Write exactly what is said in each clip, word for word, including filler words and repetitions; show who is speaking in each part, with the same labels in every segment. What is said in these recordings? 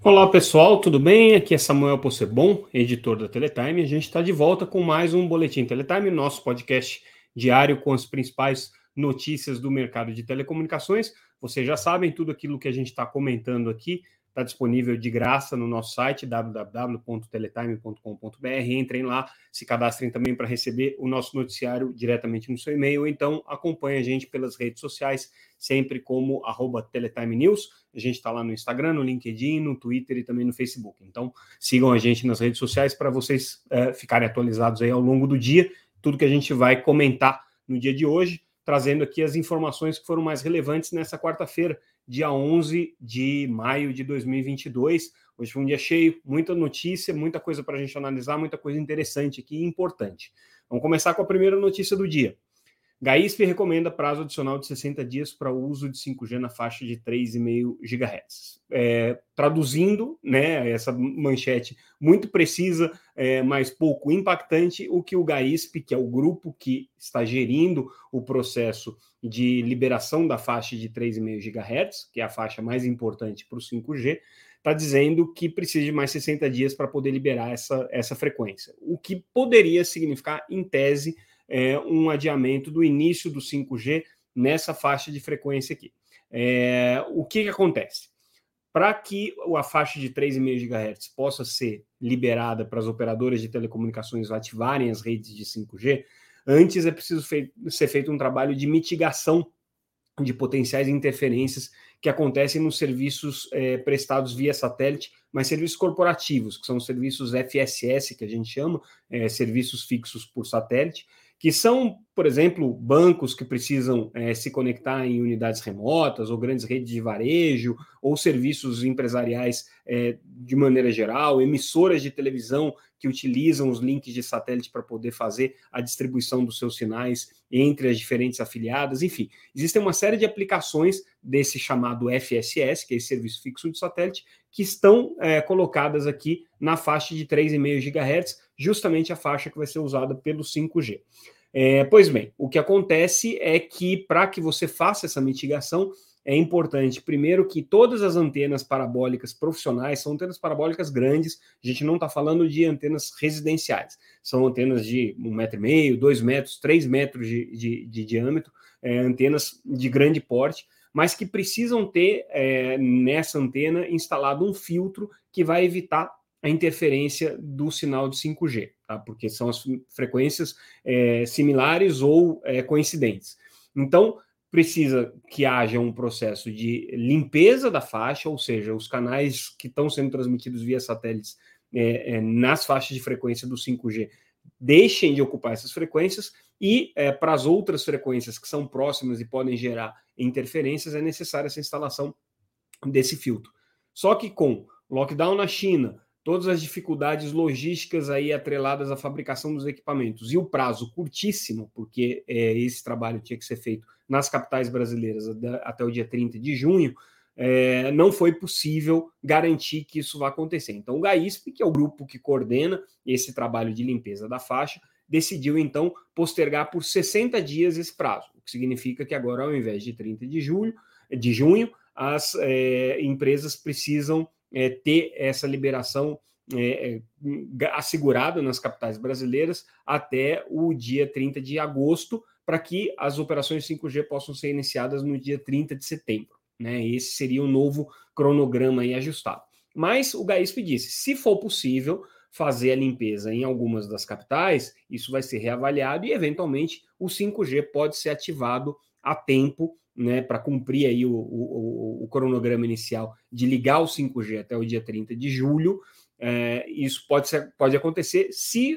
Speaker 1: Olá pessoal, tudo bem? Aqui é Samuel Possebon, editor da Teletime. A gente está de volta com mais um Boletim Teletime, nosso podcast diário com as principais notícias do mercado de telecomunicações. Vocês já sabem, tudo aquilo que a gente está comentando aqui está disponível de graça no nosso site w w w ponto teletime ponto com ponto b r. Entrem lá, se cadastrem também para receber o nosso noticiário diretamente no seu e-mail, ou então acompanhe a gente pelas redes sociais, sempre como arroba Teletime News. A gente está lá no Instagram, no LinkedIn, no Twitter e também no Facebook. Então, sigam a gente nas redes sociais para vocês é, ficarem atualizados aí ao longo do dia, tudo que a gente vai comentar no dia de hoje, trazendo aqui as informações que foram mais relevantes nessa quarta-feira, dia onze de maio de dois mil e vinte e dois. Hoje foi um dia cheio, muita notícia, muita coisa para a gente analisar, muita coisa interessante aqui e importante. Vamos começar com a primeira notícia do dia. Gaisp recomenda prazo adicional de sessenta dias para o uso de cinco G na faixa de três vírgula cinco gigahertz. É, traduzindo, né, essa manchete muito precisa, é, mas pouco impactante, o que o Gaisp, que é o grupo que está gerindo o processo de liberação da faixa de três vírgula cinco gigahertz, que é a faixa mais importante para o cinco G, está dizendo que precisa de mais sessenta dias para poder liberar essa, essa frequência. O que poderia significar, em tese, É, um adiamento do início do cinco G nessa faixa de frequência aqui. É, o que, que acontece? Para que a faixa de três vírgula cinco gigahertz possa ser liberada para as operadoras de telecomunicações ativarem as redes de cinco G, antes é preciso fei- ser feito um trabalho de mitigação de potenciais interferências que acontecem nos serviços é, prestados via satélite, mas serviços corporativos, que são os serviços F S S, que a gente chama, é, serviços fixos por satélite, que são, por exemplo, bancos que precisam é, se conectar em unidades remotas, ou grandes redes de varejo, ou serviços empresariais é, de maneira geral, emissoras de televisão que utilizam os links de satélite para poder fazer a distribuição dos seus sinais entre as diferentes afiliadas, enfim. Existem uma série de aplicações desse chamado F S S, que é esse serviço fixo de satélite, que estão é, colocadas aqui na faixa de três vírgula cinco gigahertz, justamente a faixa que vai ser usada pelo cinco G. É, pois bem, o que acontece é que para que você faça essa mitigação, é importante, primeiro, que todas as antenas parabólicas profissionais são antenas parabólicas grandes, a gente não está falando de antenas residenciais, são antenas de um metro e meio, dois metros, três metros de, de, de diâmetro, é, antenas de grande porte, mas que precisam ter é, nessa antena instalado um filtro que vai evitar a interferência do sinal de cinco G, tá? Porque são as frequências é, similares ou é, coincidentes. Então, precisa que haja um processo de limpeza da faixa, ou seja, os canais que estão sendo transmitidos via satélites é, é, nas faixas de frequência do cinco G deixem de ocupar essas frequências e é, para as outras frequências que são próximas e podem gerar interferências, é necessária essa instalação desse filtro. Só que com lockdown na China, todas as dificuldades logísticas aí atreladas à fabricação dos equipamentos e o prazo curtíssimo, porque é, esse trabalho tinha que ser feito nas capitais brasileiras até o dia trinta de junho, é, não foi possível garantir que isso vai acontecer. Então, o Gaisp, que é o grupo que coordena esse trabalho de limpeza da faixa, decidiu, então, postergar por sessenta dias esse prazo, o que significa que agora, ao invés de trinta de julho, de junho, as é, empresas precisam é, ter essa liberação é, assegurada nas capitais brasileiras até o dia trinta de agosto, para que as operações cinco G possam ser iniciadas no dia trinta de setembro. Né? Esse seria o novo cronograma aí ajustado. Mas o Gaisp disse, se for possível fazer a limpeza em algumas das capitais, isso vai ser reavaliado e, eventualmente, o cinco G pode ser ativado a tempo, né, para cumprir aí o, o, o cronograma inicial de ligar o cinco G até o dia trinta de julho. É, isso pode, ser, pode acontecer se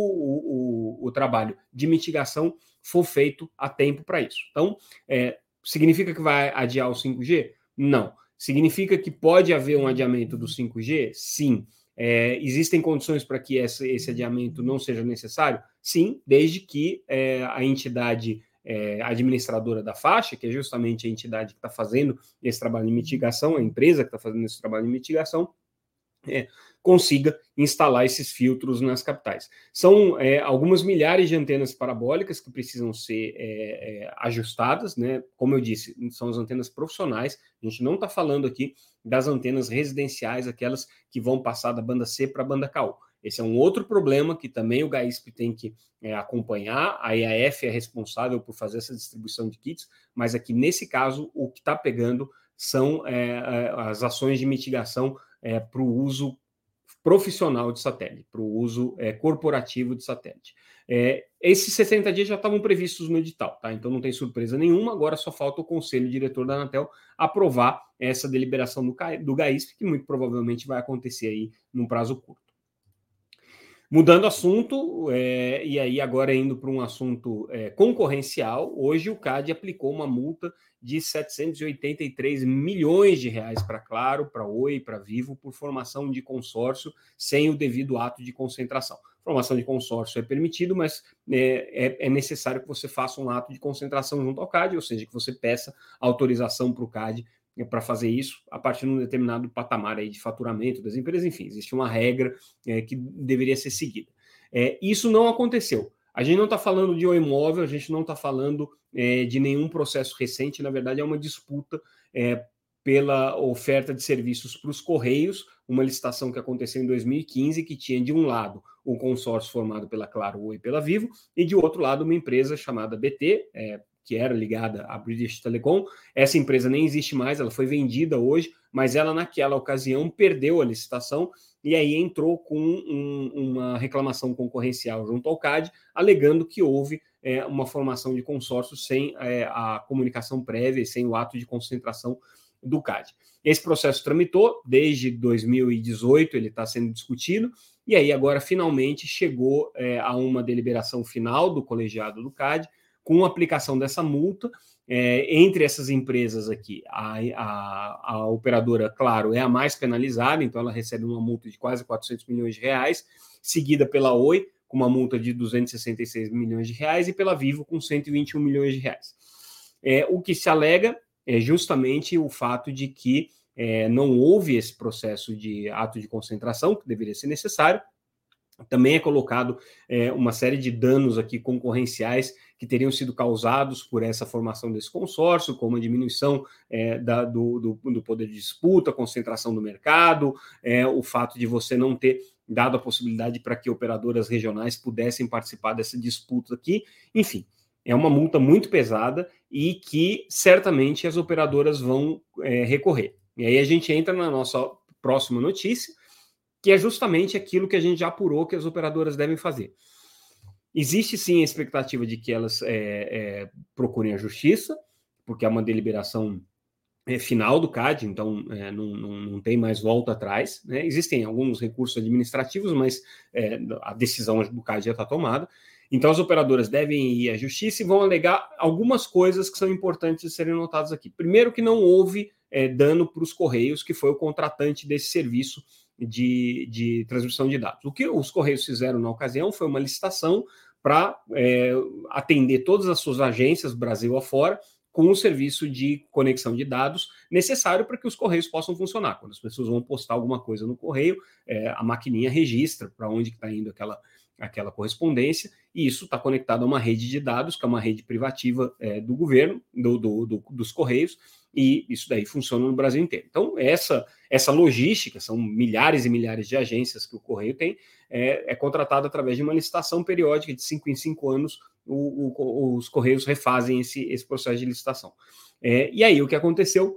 Speaker 1: o, o, o trabalho de mitigação for feito a tempo para isso. Então, é, significa que vai adiar o cinco G? Não. Significa que pode haver um adiamento do cinco G? Sim. É, existem condições para que esse, esse adiamento não seja necessário? Sim, desde que é, a entidade é, administradora da faixa, que é justamente a entidade que está fazendo esse trabalho de mitigação, a empresa que está fazendo esse trabalho de mitigação, é, consiga instalar esses filtros nas capitais. São é, algumas milhares de antenas parabólicas que precisam ser é, é, ajustadas, né? Como eu disse, são as antenas profissionais, a gente não está falando aqui das antenas residenciais, aquelas que vão passar da banda C para a banda K U. Esse é um outro problema que também o GAISP tem que é, acompanhar, a E A F é responsável por fazer essa distribuição de kits, mas aqui nesse caso o que está pegando são é, as ações de mitigação é, para o uso profissional de satélite, para o uso é, corporativo de satélite. É, esses sessenta dias já estavam previstos no edital, tá? Então não tem surpresa nenhuma, agora só falta o conselho diretor da Anatel aprovar essa deliberação do, do GAISP, que muito provavelmente vai acontecer aí num prazo curto. Mudando assunto, é, e aí agora indo para um assunto é, concorrencial, hoje o C A D aplicou uma multa de setecentos e oitenta e três milhões de reais para Claro, para Oi, para Vivo, por formação de consórcio sem o devido ato de concentração. Formação de consórcio é permitido, mas é, é, é necessário que você faça um ato de concentração junto ao C A D, ou seja, que você peça autorização para o C A D para fazer isso a partir de um determinado patamar aí de faturamento das empresas, enfim, existe uma regra é, que deveria ser seguida. É, isso não aconteceu. A gente não está falando de Oi Móvel, a gente não está falando é, de nenhum processo recente, na verdade é uma disputa é, pela oferta de serviços para os Correios, uma licitação que aconteceu em dois mil e quinze, que tinha de um lado o consórcio formado pela Claro, Oi e pela Vivo, e de outro lado uma empresa chamada B T, é, que era ligada à British Telecom. Essa empresa nem existe mais, ela foi vendida hoje, mas ela naquela ocasião perdeu a licitação e aí entrou com um, uma reclamação concorrencial junto ao C A D, alegando que houve é, uma formação de consórcio sem é, a comunicação prévia e sem o ato de concentração do C A D. Esse processo tramitou desde dois mil e dezoito, ele está sendo discutido, e aí agora finalmente chegou é, a uma deliberação final do colegiado do C A D, com a aplicação dessa multa. É, entre essas empresas aqui, a, a, a operadora, claro, é a mais penalizada, então ela recebe uma multa de quase quatrocentos milhões de reais, seguida pela Oi, com uma multa de duzentos e sessenta e seis milhões de reais, e pela Vivo, com cento e vinte e um milhões de reais. É, o que se alega é justamente o fato de que é, não houve esse processo de ato de concentração, que deveria ser necessário. Também é colocado é, uma série de danos aqui concorrenciais que teriam sido causados por essa formação desse consórcio, como a diminuição é, da, do, do, do poder de disputa, concentração do mercado, é, o fato de você não ter dado a possibilidade para que operadoras regionais pudessem participar dessa disputa aqui. Enfim, é uma multa muito pesada e que certamente as operadoras vão é, recorrer. E aí a gente entra na nossa próxima notícia, que é justamente aquilo que a gente já apurou que as operadoras devem fazer. Existe sim a expectativa de que elas é, é, procurem a justiça, porque é uma deliberação é, final do C A D, então é, não, não, não tem mais volta atrás, né? Existem alguns recursos administrativos, mas é, a decisão do C A D já está tomada. Então as operadoras devem ir à justiça e vão alegar algumas coisas que são importantes de serem notadas aqui. Primeiro, que não houve é, dano para os Correios, que foi o contratante desse serviço De, de transmissão de dados. O que os Correios fizeram na ocasião foi uma licitação para é, atender todas as suas agências, Brasil afora, com o serviço de conexão de dados necessário para que os Correios possam funcionar. Quando as pessoas vão postar alguma coisa no Correio, é, a maquininha registra para onde está indo aquela, aquela correspondência, e isso está conectado a uma rede de dados, que é uma rede privativa é, do governo, do, do, do, dos Correios, e isso daí funciona no Brasil inteiro. Então, essa, essa logística, são milhares e milhares de agências que o Correio tem, é, é contratada através de uma licitação periódica de cinco em cinco anos, o, o, os Correios refazem esse, esse processo de licitação. É, e aí, o que aconteceu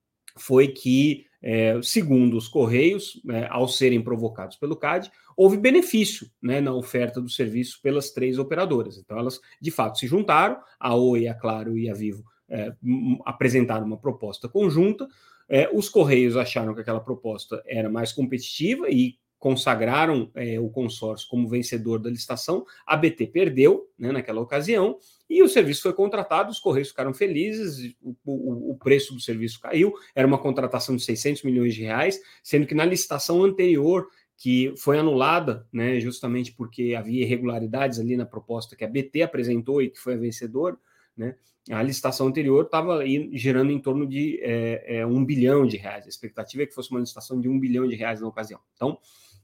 Speaker 1: foi que, é, segundo os Correios, né, ao serem provocados pelo C A D, houve benefício, né, na oferta do serviço pelas três operadoras. Então, elas, de fato, se juntaram, a Oi, a Claro e a Vivo, É, apresentaram uma proposta conjunta, é, os Correios acharam que aquela proposta era mais competitiva e consagraram é, o consórcio como vencedor da licitação. A B T perdeu, né, naquela ocasião, e o serviço foi contratado, os Correios ficaram felizes, o, o, o preço do serviço caiu, era uma contratação de seiscentos milhões de reais, sendo que na licitação anterior, que foi anulada, né, justamente porque havia irregularidades ali na proposta que a B T apresentou e que foi a vencedora, né, a licitação anterior estava girando em torno de é, é, um bilhão de reais. A expectativa é que fosse uma licitação de um bilhão de reais na ocasião. Então,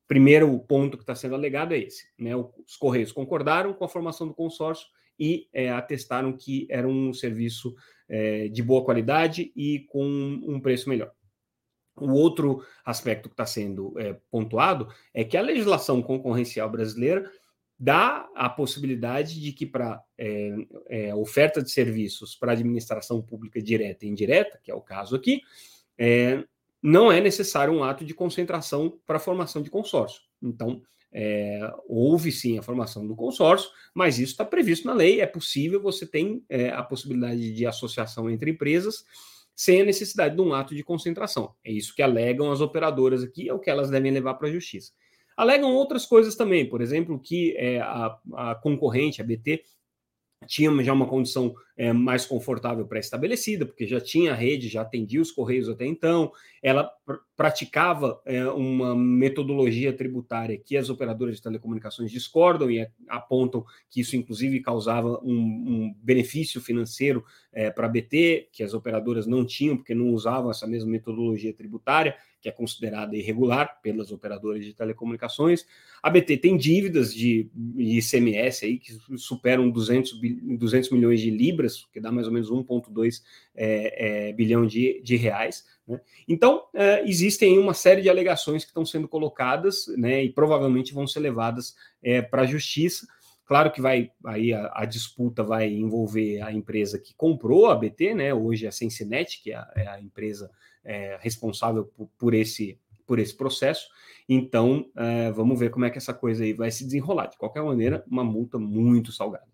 Speaker 1: primeiro ponto que está sendo alegado é esse, né? Os Correios concordaram com a formação do consórcio e é, atestaram que era um serviço é, de boa qualidade e com um preço melhor. O outro aspecto que está sendo é, pontuado é que a legislação concorrencial brasileira dá a possibilidade de que para é, é, oferta de serviços para administração pública direta e indireta, que é o caso aqui, é, não é necessário um ato de concentração para a formação de consórcio. Então, é, houve sim a formação do consórcio, mas isso está previsto na lei, é possível, você tem é, a possibilidade de associação entre empresas sem a necessidade de um ato de concentração. É isso que alegam as operadoras aqui, é o que elas devem levar para a justiça. Alegam outras coisas também, por exemplo, que é, a, a concorrente, a B T, tinha já uma condição é, mais confortável pré-estabelecida, porque já tinha a rede, já atendia os Correios até então, ela pr praticava é, uma metodologia tributária que as operadoras de telecomunicações discordam e é, apontam que isso, inclusive, causava um, um benefício financeiro é, para a B T, que as operadoras não tinham, porque não usavam essa mesma metodologia tributária, que é considerada irregular pelas operadoras de telecomunicações. A B T tem dívidas de, de I C M S aí que superam duzentos milhões de libras, que dá mais ou menos um vírgula dois é, é, bilhão de, de reais. Né? Então, é, existem uma série de alegações que estão sendo colocadas, né, e provavelmente vão ser levadas é, para a justiça. Claro que vai, aí a, a disputa vai envolver a empresa que comprou a B T, né, hoje é a Sensinet, que é a, é a empresa é, responsável por, por, esse, por esse processo. Então, é, vamos ver como é que essa coisa aí vai se desenrolar. De qualquer maneira, uma multa muito salgada.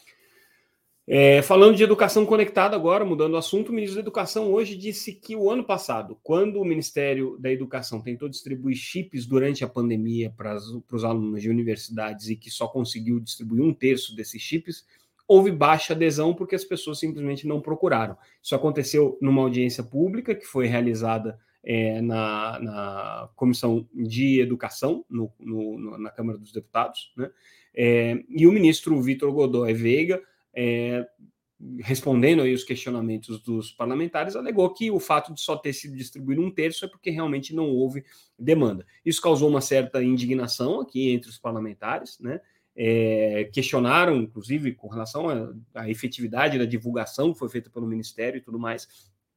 Speaker 1: É, falando de educação conectada agora, mudando o assunto, o ministro da Educação hoje disse que o ano passado, quando o Ministério da Educação tentou distribuir chips durante a pandemia para, para os alunos de universidades e que só conseguiu distribuir um terço desses chips, houve baixa adesão porque as pessoas simplesmente não procuraram. Isso aconteceu numa audiência pública que foi realizada é, na, na Comissão de Educação, no, no, na Câmara dos Deputados, né? É, e o ministro Vitor Godoy Veiga, É, respondendo aí os questionamentos dos parlamentares, alegou que o fato de só ter sido distribuído um terço é porque realmente não houve demanda. Isso causou uma certa indignação aqui entre os parlamentares, né? É, questionaram, inclusive, com relação à, à efetividade da divulgação que foi feita pelo Ministério e tudo mais.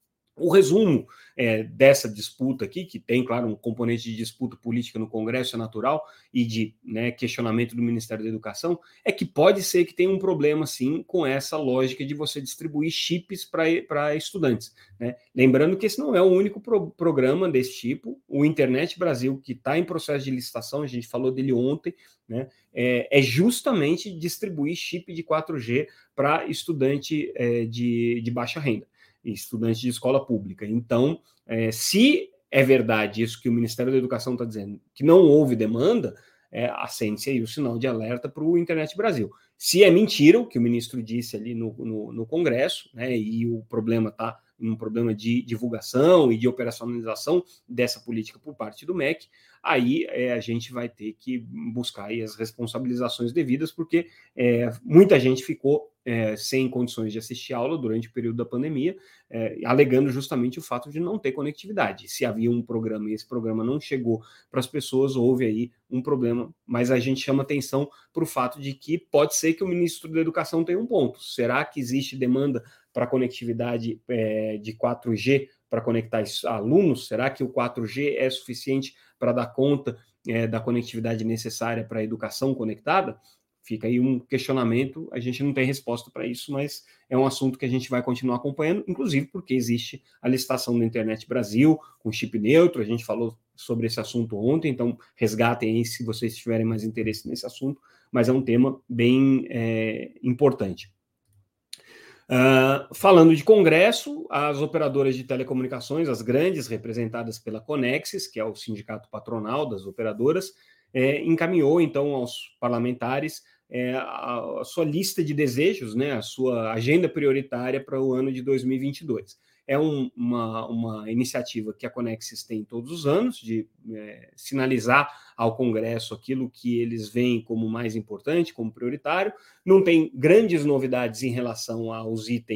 Speaker 1: O resumo é, dessa disputa aqui, que tem, claro, um componente de disputa política no Congresso, é natural, e de né, questionamento do Ministério da Educação, é que pode ser que tenha um problema, sim, com essa lógica de você distribuir chips para estudantes. Né? Lembrando que esse não é o único pro, programa desse tipo. O Internet Brasil, que está em processo de licitação, a gente falou dele ontem, né, é, é justamente distribuir chip de quatro G para estudante é, de, de baixa renda. Estudantes de escola pública. Então, é, se é verdade isso que o Ministério da Educação está dizendo, que não houve demanda, é, acende-se aí o sinal de alerta para o Internet Brasil. Se é mentira o que o ministro disse ali no, no, no Congresso, né, e o problema está um problema de divulgação e de operacionalização dessa política por parte do M E C, aí é, a gente vai ter que buscar aí as responsabilizações devidas, porque é, muita gente ficou é, sem condições de assistir aula durante o período da pandemia, é, alegando justamente o fato de não ter conectividade. Se havia um programa e esse programa não chegou para as pessoas, houve aí um problema, mas a gente chama atenção para o fato de que pode ser que o ministro da Educação tenha um ponto. Será que existe demanda para conectividade é, de quatro G para conectar alunos? Será que o quatro G é suficiente para dar conta é, da conectividade necessária para a educação conectada? Fica aí um questionamento, a gente não tem resposta para isso, mas é um assunto que a gente vai continuar acompanhando, inclusive porque existe a licitação da Internet Brasil com chip neutro, a gente falou sobre esse assunto ontem, então resgatem aí se vocês tiverem mais interesse nesse assunto, mas é um tema bem é, importante. Uh, falando de Congresso, as operadoras de telecomunicações, as grandes, representadas pela Conexis, que é o sindicato patronal das operadoras, é, encaminhou então aos parlamentares é, a, a sua lista de desejos, né, a sua agenda prioritária para o ano de dois mil e vinte e dois. É um, uma, uma iniciativa que a Conexis tem todos os anos, de é, sinalizar ao Congresso aquilo que eles veem como mais importante, como prioritário. Não tem grandes novidades em relação aos itens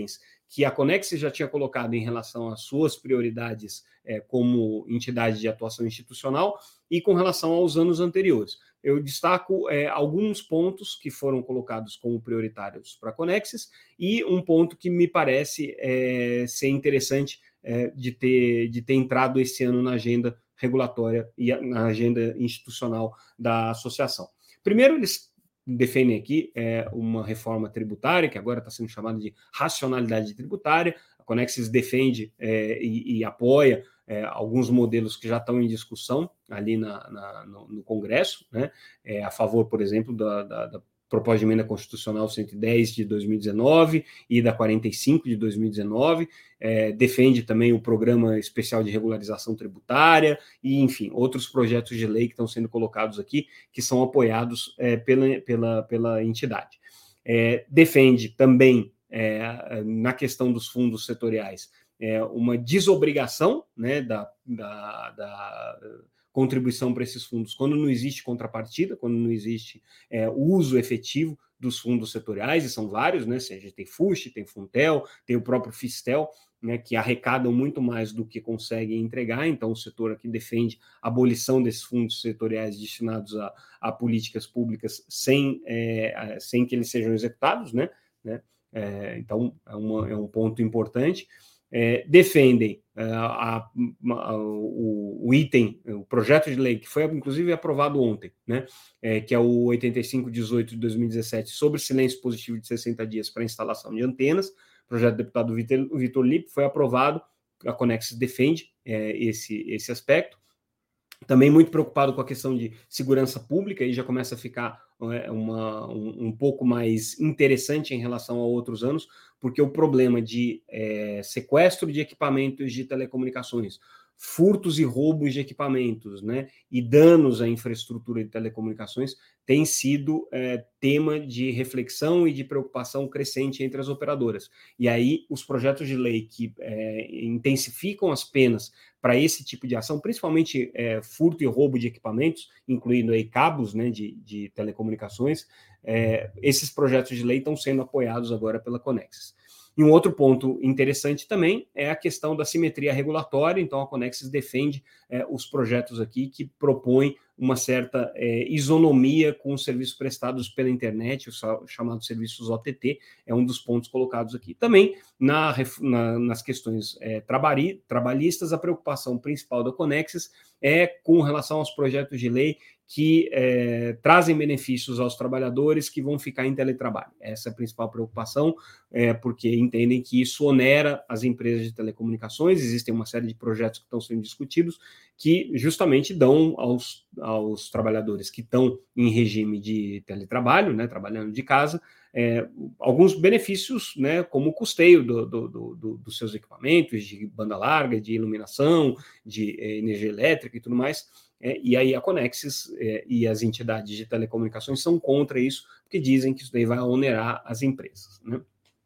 Speaker 1: que a Conexis já tinha colocado em relação às suas prioridades é, como entidade de atuação institucional e com relação aos anos anteriores. Eu destaco é, alguns pontos que foram colocados como prioritários para a Conexis e um ponto que me parece é, ser interessante é, de, ter, de ter entrado esse ano na agenda regulatória e na agenda institucional da associação. Primeiro, eles defendem aqui é, uma reforma tributária, que agora está sendo chamada de racionalidade tributária. A Conexis defende é, e, e apoia é, alguns modelos que já estão em discussão ali na, na, no, no Congresso, né? É, a favor, por exemplo, da, da, da proposta de emenda constitucional cento e dez de dois mil e dezenove e da quarenta e cinco de dois mil e dezenove, é, defende também o Programa Especial de Regularização Tributária e, enfim, outros projetos de lei que estão sendo colocados aqui, que são apoiados é, pela, pela, pela entidade. É, defende também, é, na questão dos fundos setoriais, é, uma desobrigação, né, da, da, da contribuição para esses fundos quando não existe contrapartida, quando não existe é, o uso efetivo dos fundos setoriais, e são vários, né? Seja, tem FUSH, tem Funtel, tem o próprio Fistel, né, que arrecadam muito mais do que conseguem entregar. Então, o setor aqui defende a abolição desses fundos setoriais destinados a, a políticas públicas sem, é, sem que eles sejam executados, né? né? É, então, é, uma, é um ponto importante. É, defendem é, a, a, o, o item, o projeto de lei, que foi inclusive aprovado ontem, né, é, que é o oitenta e cinco dezoito de dois mil e dezessete, sobre silêncio positivo de sessenta dias para instalação de antenas. O projeto do deputado Vitor, Vitor Lippe foi aprovado, a Conexis defende é, esse, esse aspecto. Também muito preocupado com a questão de segurança pública, e já começa a ficar é, uma, um, um pouco mais interessante em relação a outros anos, porque o problema de é, sequestro de equipamentos de telecomunicações, furtos e roubos de equipamentos, né, e danos à infraestrutura de telecomunicações tem sido é, tema de reflexão e de preocupação crescente entre as operadoras. E aí os projetos de lei que é, intensificam as penas para esse tipo de ação, principalmente é, furto e roubo de equipamentos, incluindo aí cabos, né, de, de telecomunicações, é, esses projetos de lei estão sendo apoiados agora pela Conexis. E um outro ponto interessante também é a questão da simetria regulatória. Então, a Conexis defende é, os projetos aqui que propõem uma certa é, isonomia com os serviços prestados pela internet, os chamados serviços O T T, é um dos pontos colocados aqui. Também, na, na, nas questões é, trabalhi, trabalhistas, a preocupação principal da Conexis é com relação aos projetos de lei que é, trazem benefícios aos trabalhadores que vão ficar em teletrabalho. Essa é a principal preocupação, é, porque entendem que isso onera as empresas de telecomunicações. Existem uma série de projetos que estão sendo discutidos que justamente dão aos, aos trabalhadores que estão em regime de teletrabalho, né, trabalhando de casa, é, alguns benefícios, né, como o custeio do, do, do, dos seus equipamentos, de banda larga, de iluminação, de é, energia elétrica e tudo mais. É, e aí a Conexis é, e as entidades de telecomunicações são contra isso, porque dizem que isso daí vai onerar as empresas, né?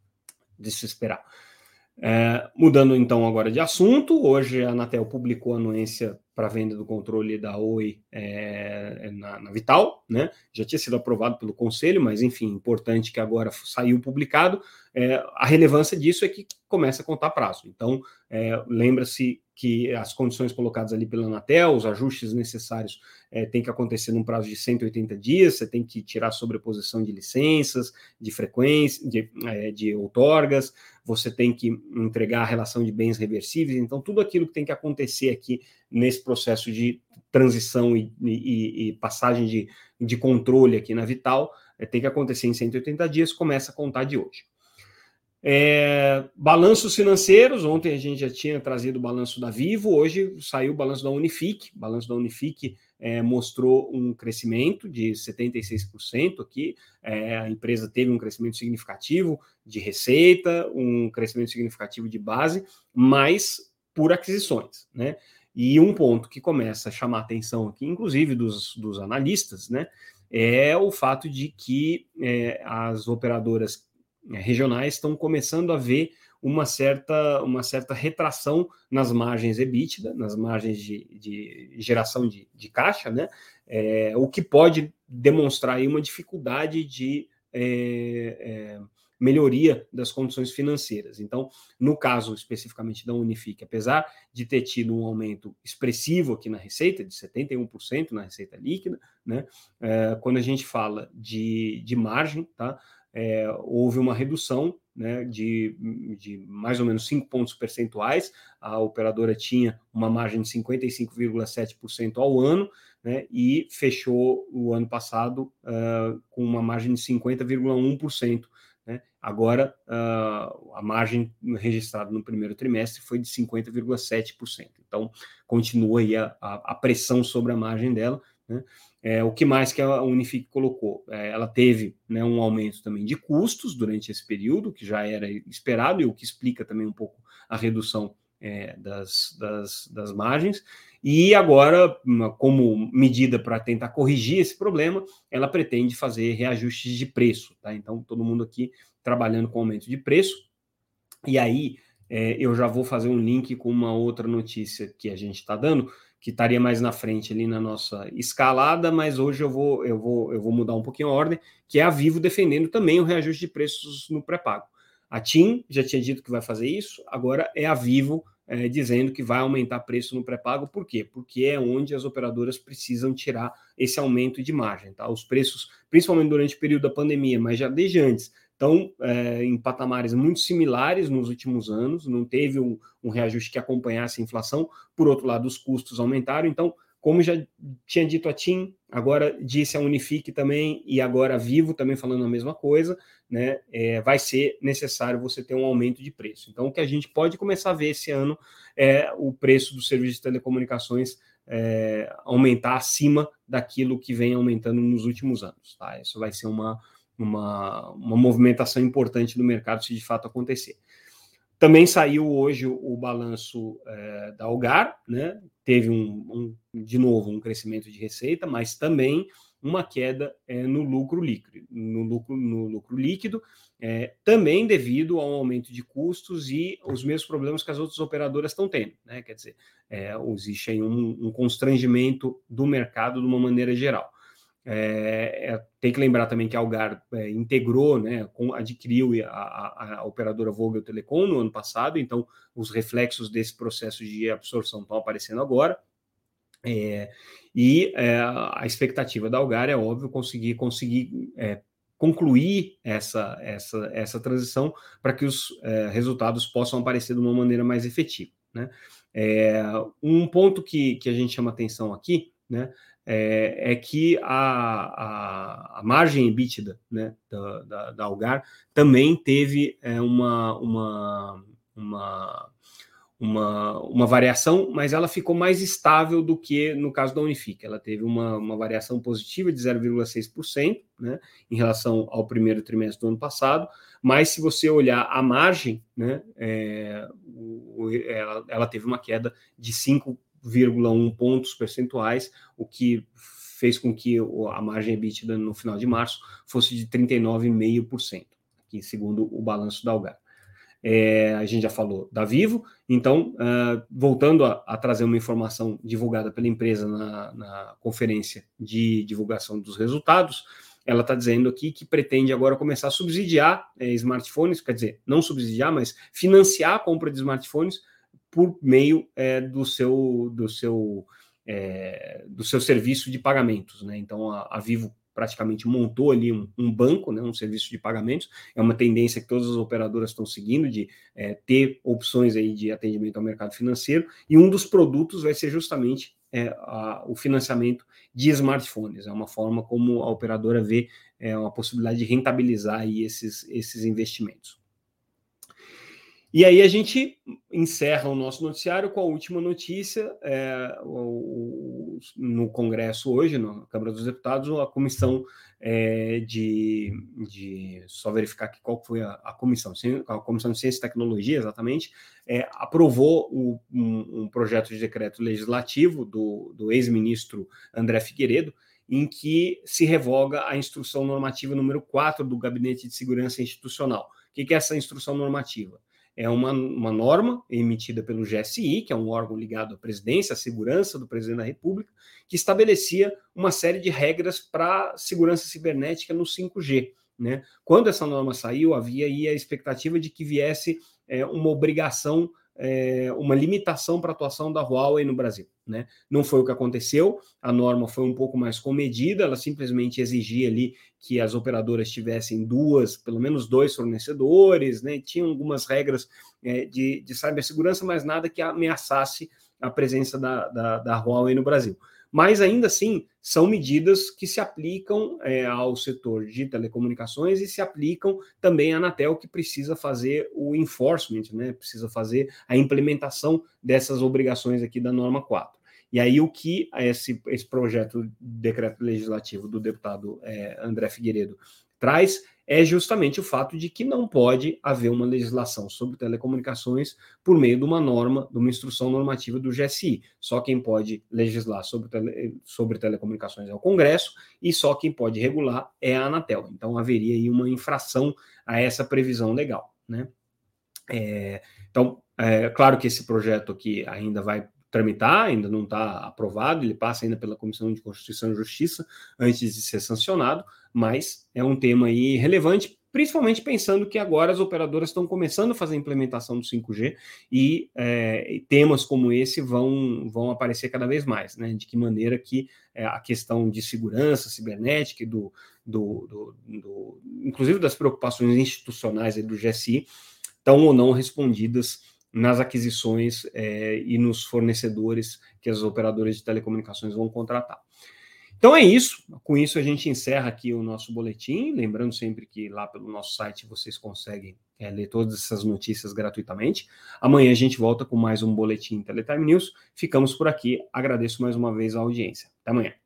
Speaker 1: De se esperar. É, mudando então agora de assunto, hoje a Anatel publicou a anuência para venda do controle da Oi é, na, na Vital, né? Já tinha sido aprovado pelo Conselho, mas enfim, importante que agora saiu publicado. É, a relevância disso é que começa a contar prazo. Então, é, lembra-se que as condições colocadas ali pela Anatel, os ajustes necessários é, tem que acontecer num prazo de cento e oitenta dias, você tem que tirar a sobreposição de licenças, de frequência, de, é, de outorgas, você tem que entregar a relação de bens reversíveis. Então, tudo aquilo que tem que acontecer aqui nesse processo de transição e, e, e passagem de, de controle aqui na Vital, é, tem que acontecer em cento e oitenta dias, começa a contar de hoje. É, balanços financeiros, ontem a gente já tinha trazido o balanço da Vivo, hoje saiu o balanço da Unifique. O balanço da Unifique é, mostrou um crescimento de setenta e seis por cento aqui, é, a empresa teve um crescimento significativo de receita, um crescimento significativo de base, mas por aquisições, né? E um ponto que começa a chamar a atenção aqui, inclusive dos, dos analistas, né, é o fato de que é, as operadoras regionais estão começando a ver uma certa, uma certa retração nas margens EBITDA, nas margens de, de geração de, de caixa, né? É, o que pode demonstrar aí uma dificuldade de é, é, melhoria das condições financeiras. Então, no caso especificamente da Unifique, apesar de ter tido um aumento expressivo aqui na receita, de setenta e um por cento na receita líquida, né, é, quando a gente fala de, de margem, tá, é, houve uma redução, né, de, de mais ou menos cinco pontos percentuais. A operadora tinha uma margem de cinquenta e cinco vírgula sete por cento ao ano, né, e fechou o ano passado uh, com uma margem de cinquenta vírgula um por cento. Né? Agora, uh, a margem registrada no primeiro trimestre foi de cinquenta vírgula sete por cento. Então, continua aí a, a, a pressão sobre a margem dela. Né? É, o que mais que a Unifique colocou? É, ela teve, né, um aumento também de custos durante esse período, que já era esperado, e o que explica também um pouco a redução é, das, das, das margens. E agora, como medida para tentar corrigir esse problema, ela pretende fazer reajustes de preço. Tá? Então, todo mundo aqui trabalhando com aumento de preço. E aí, é, eu já vou fazer um link com uma outra notícia que a gente está dando, que estaria mais na frente ali na nossa escalada, mas hoje eu vou, eu vou, eu vou mudar um pouquinho a ordem, que é a Vivo defendendo também o reajuste de preços no pré-pago. A TIM já tinha dito que vai fazer isso, agora é a Vivo é, dizendo que vai aumentar preço no pré-pago. Por quê? Porque é onde as operadoras precisam tirar esse aumento de margem. Tá? Os preços, principalmente durante o período da pandemia, mas já desde antes, estão é, em patamares muito similares nos últimos anos, não teve um, um reajuste que acompanhasse a inflação. Por outro lado, os custos aumentaram. Então, como já tinha dito a TIM, agora disse a Unifique também, e agora a Vivo também falando a mesma coisa, né, é, vai ser necessário você ter um aumento de preço. Então, o que a gente pode começar a ver esse ano é o preço do serviço de telecomunicações é, aumentar acima daquilo que vem aumentando nos últimos anos. Tá? Isso vai ser uma, uma, uma movimentação importante do mercado se de fato acontecer. Também saiu hoje o, o balanço é, da Algar, né? Teve um, um, de novo um crescimento de receita, mas também uma queda é, no lucro líquido, no lucro, no lucro líquido é, também devido ao aumento de custos e os mesmos problemas que as outras operadoras estão tendo, né? Quer dizer, é, existe aí um, um constrangimento do mercado de uma maneira geral. É, é, tem que lembrar também que a Algar é, integrou, né, com, adquiriu a, a, a operadora Vogel Telecom no ano passado, então os reflexos desse processo de absorção estão aparecendo agora. É, e é, a expectativa da Algar é, óbvio, conseguir, conseguir é, concluir essa, essa, essa transição para que os é, resultados possam aparecer de uma maneira mais efetiva. Né? É, um ponto que, que a gente chama atenção aqui, né, é, é que a, a, a margem EBITDA, né, da, da, da Algar também teve é, uma, uma, uma, uma, uma variação, mas ela ficou mais estável do que no caso da Unifique. Ela teve uma, uma variação positiva de zero vírgula seis por cento, né, em relação ao primeiro trimestre do ano passado, mas se você olhar a margem, né, é, o, ela, ela teve uma queda de cinco vírgula um pontos percentuais, o que fez com que a margem EBITDA no final de março fosse de trinta e nove vírgula cinco por cento, aqui, segundo o balanço da Algar. É, a gente já falou da Vivo, então, uh, voltando a, a trazer uma informação divulgada pela empresa na, na conferência de divulgação dos resultados, ela está dizendo aqui que pretende agora começar a subsidiar é, smartphones, quer dizer, não subsidiar, mas financiar a compra de smartphones por meio é, do seu do seu é, do seu serviço de pagamentos, né? Então a, a Vivo praticamente montou ali um, um banco, né, um serviço de pagamentos. É uma tendência que todas as operadoras estão seguindo de é, ter opções aí de atendimento ao mercado financeiro, e um dos produtos vai ser justamente é, a, o financiamento de smartphones. É uma forma como a operadora vê é, uma possibilidade de rentabilizar aí esses, esses investimentos. E aí a gente encerra o nosso noticiário com a última notícia. É, o, o, no Congresso hoje, na Câmara dos Deputados, a comissão é, de, de... Só verificar aqui qual foi a, a comissão. A Comissão de Ciência e Tecnologia, exatamente, é, aprovou o, um, um projeto de decreto legislativo do, do ex-ministro André Figueiredo, em que se revoga a instrução normativa número quatro do Gabinete de Segurança Institucional. O que é essa instrução normativa? É uma, uma norma emitida pelo G S I, que é um órgão ligado à presidência, à segurança do presidente da República, que estabelecia uma série de regras para segurança cibernética no cinco G. né? Quando essa norma saiu, havia aí a expectativa de que viesse é, uma obrigação, é, uma limitação para a atuação da Huawei no Brasil, né? Não foi o que aconteceu, a norma foi um pouco mais comedida, ela simplesmente exigia ali que as operadoras tivessem duas, pelo menos dois fornecedores, né? Tinham algumas regras é, de, de cibersegurança, mas nada que ameaçasse a presença da, da, da Huawei no Brasil. Mas ainda assim, são medidas que se aplicam é, ao setor de telecomunicações e se aplicam também à Anatel, que precisa fazer o enforcement, né? Precisa fazer a implementação dessas obrigações aqui da norma quatro. E aí o que esse, esse projeto de decreto legislativo do deputado é, André Figueiredo traz é justamente o fato de que não pode haver uma legislação sobre telecomunicações por meio de uma norma, de uma instrução normativa do G S I. Só quem pode legislar sobre, tele, sobre telecomunicações é o Congresso e só quem pode regular é a Anatel. Então haveria aí uma infração a essa previsão legal, né? É, então, é claro que esse projeto aqui ainda vai tramitar, ainda não está aprovado, ele passa ainda pela Comissão de Constituição e Justiça antes de ser sancionado, mas é um tema aí relevante, principalmente pensando que agora as operadoras estão começando a fazer a implementação do cinco G e é, temas como esse vão, vão aparecer cada vez mais, né? De que maneira que é, a questão de segurança cibernética e do, do, do, do, inclusive das preocupações institucionais aí do G S I estão ou não respondidas nas aquisições é, e nos fornecedores que as operadoras de telecomunicações vão contratar. Então é isso, com isso a gente encerra aqui o nosso boletim, lembrando sempre que lá pelo nosso site vocês conseguem é, ler todas essas notícias gratuitamente. Amanhã a gente volta com mais um boletim Teletime News, ficamos por aqui, agradeço mais uma vez a audiência. Até amanhã.